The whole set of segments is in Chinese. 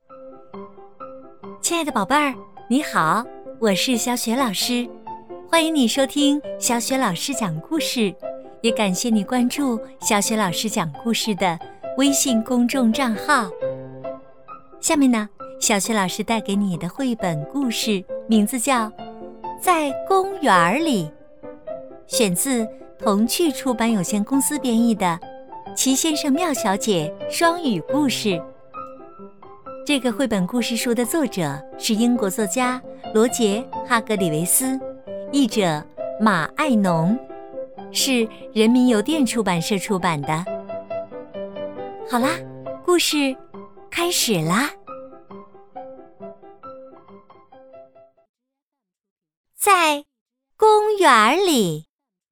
亲爱的宝贝儿，你好，我是小雪老师，欢迎你收听小雪老师讲故事，也感谢你关注小雪老师讲故事的微信公众账号。下面呢，小雪老师带给你的绘本故事名字叫《在公园里》，选自童趣出版有限公司编译的《齐先生妙小姐》双语故事。这个绘本故事书的作者是英国作家罗杰·哈格里维斯，译者马爱农，是人民邮电出版社出版的。好啦，故事开始啦！在公园里，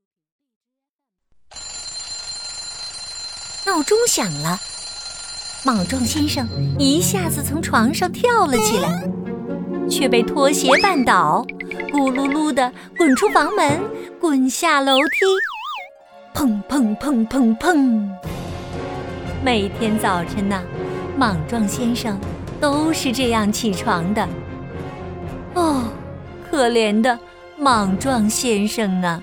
闹钟响了，莽撞先生一下子从床上跳了起来，却被拖鞋绊倒，咕噜噜地滚出房门，滚下楼梯，砰砰砰砰砰。每天早晨呢，莽撞先生都是这样起床的。哦，可怜的莽撞先生啊！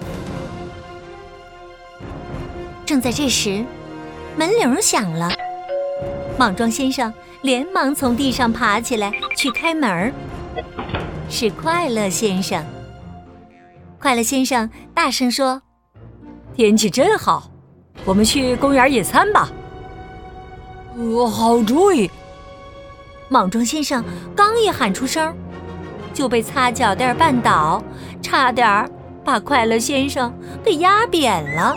正在这时，门铃响了，莽撞先生连忙从地上爬起来去开门。是快乐先生。快乐先生大声说：“ 天气真好，我们去公园野餐吧。”好主意！ 莽撞先生刚一喊出声，就被擦脚垫绊倒，差点把快乐先生给压扁了。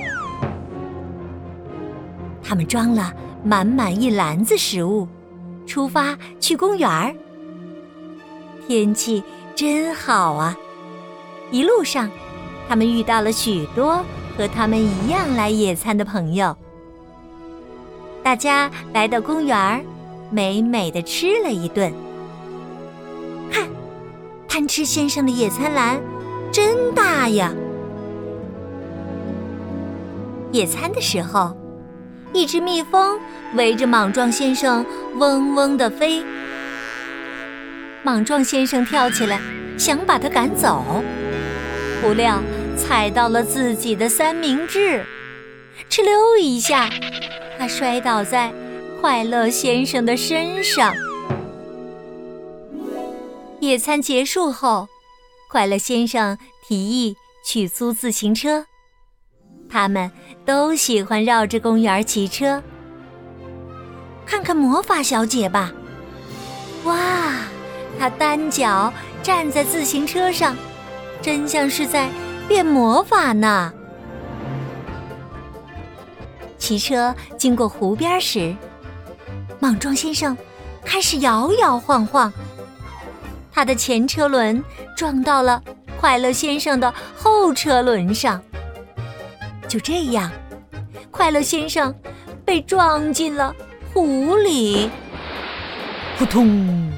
他们装了满满一篮子食物，出发去公园。天气真好啊！一路上，他们遇到了许多和他们一样来野餐的朋友。大家来到公园，美美地吃了一顿。看，贪吃先生的野餐篮真大呀！野餐的时候，一只蜜蜂围着莽撞先生嗡嗡地飞。莽撞先生跳起来想把它赶走，不料踩到了自己的三明治，哧溜一下，他摔倒在快乐先生的身上。野餐结束后，快乐先生提议去租自行车。他们都喜欢绕着公园骑车。看看魔法小姐吧，哇，她单脚站在自行车上，真像是在变魔法呢。骑车经过湖边时，莽撞先生开始摇摇晃晃，他的前车轮撞到了快乐先生的后车轮上。就这样，快乐先生被撞进了湖里， 扑通！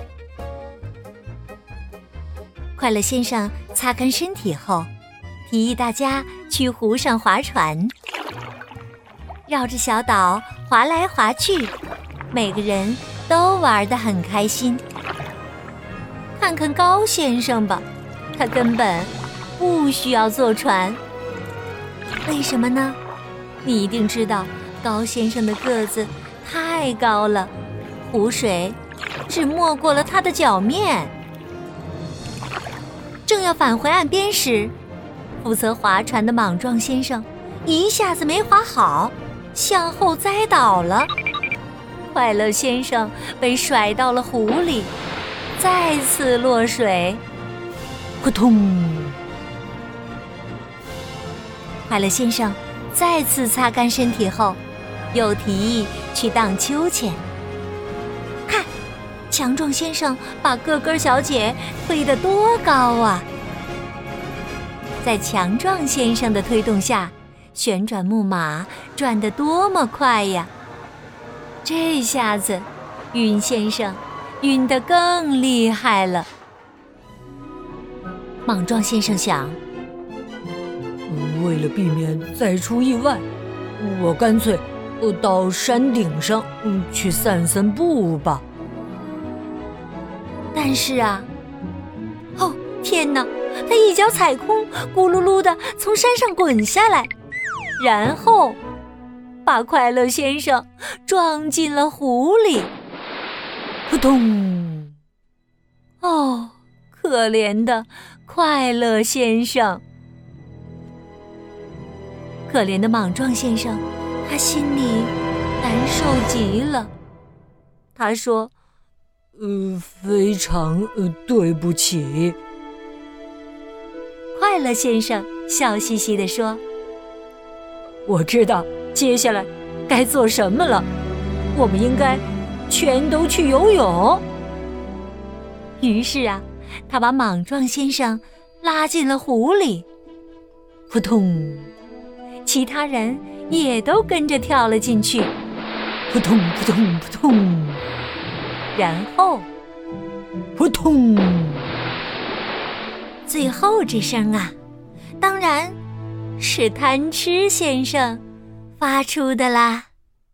快乐先生擦干身体后，提议大家去湖上划船，绕着小岛划来划去，每个人都玩得很开心。看看高先生吧，他根本不需要坐船。为什么呢？你一定知道，高先生的个子太高了，湖水只没过了他的脚面。正要返回岸边时，负责划船的莽撞先生一下子没划好，向后栽倒了。快乐先生被甩到了湖里，再次落水， 扑通！ 快乐先生再次擦干身体后，又提议去荡秋千。看，强壮先生把个个小姐推得多高啊！在强壮先生的推动下，旋转木马转得多么快呀！这下子，晕先生晕得更厉害了。莽撞先生想， 为了避免再出意外，我干脆到山顶上去散散步吧。 但是啊，哦，天哪！他一脚踩空，咕噜噜地从山上滚下来，然后把快乐先生撞进了湖里。扑通！哦，可怜的快乐先生。可怜的莽撞先生，他心里难受极了。他说： 非常对不起。 快乐先生笑嘻嘻地说： 我知道接下来该做什么了，我们应该全都去游泳。 于是啊，他把莽撞先生拉进了湖里。扑通！其他人也都跟着跳了进去。 扑通扑通扑通， 然后扑通！ 最后这声啊，当然是贪吃先生发出的啦。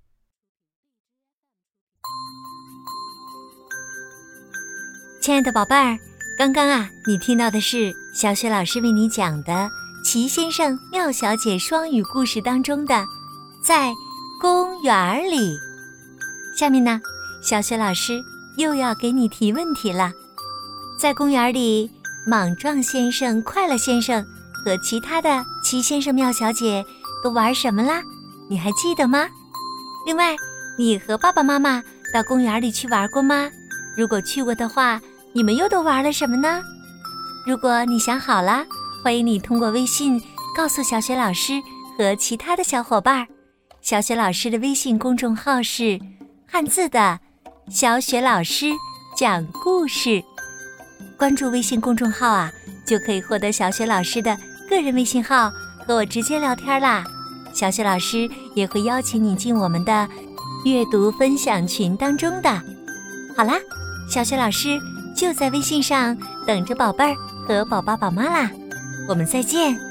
亲爱的宝贝儿，刚刚啊，你听到的是小雪老师为你讲的《奇先生妙小姐》双语故事当中的《在公园里》。下面呢，小雪老师又要给你提问题了。在公园里，莽撞先生、快乐先生和其他的奇先生、妙小姐都玩什么啦？你还记得吗？另外，你和爸爸妈妈到公园里去玩过吗？如果去过的话，你们又都玩了什么呢？如果你想好了，欢迎你通过微信告诉小雪老师和其他的小伙伴。小雪老师的微信公众号是汉字的小雪老师讲故事。关注微信公众号啊，就可以获得小雪老师的个人微信号，和我直接聊天啦。小雪老师也会邀请你进我们的阅读分享群当中的。好啦，小雪老师就在微信上等着宝贝儿和宝爸宝妈啦，我们再见。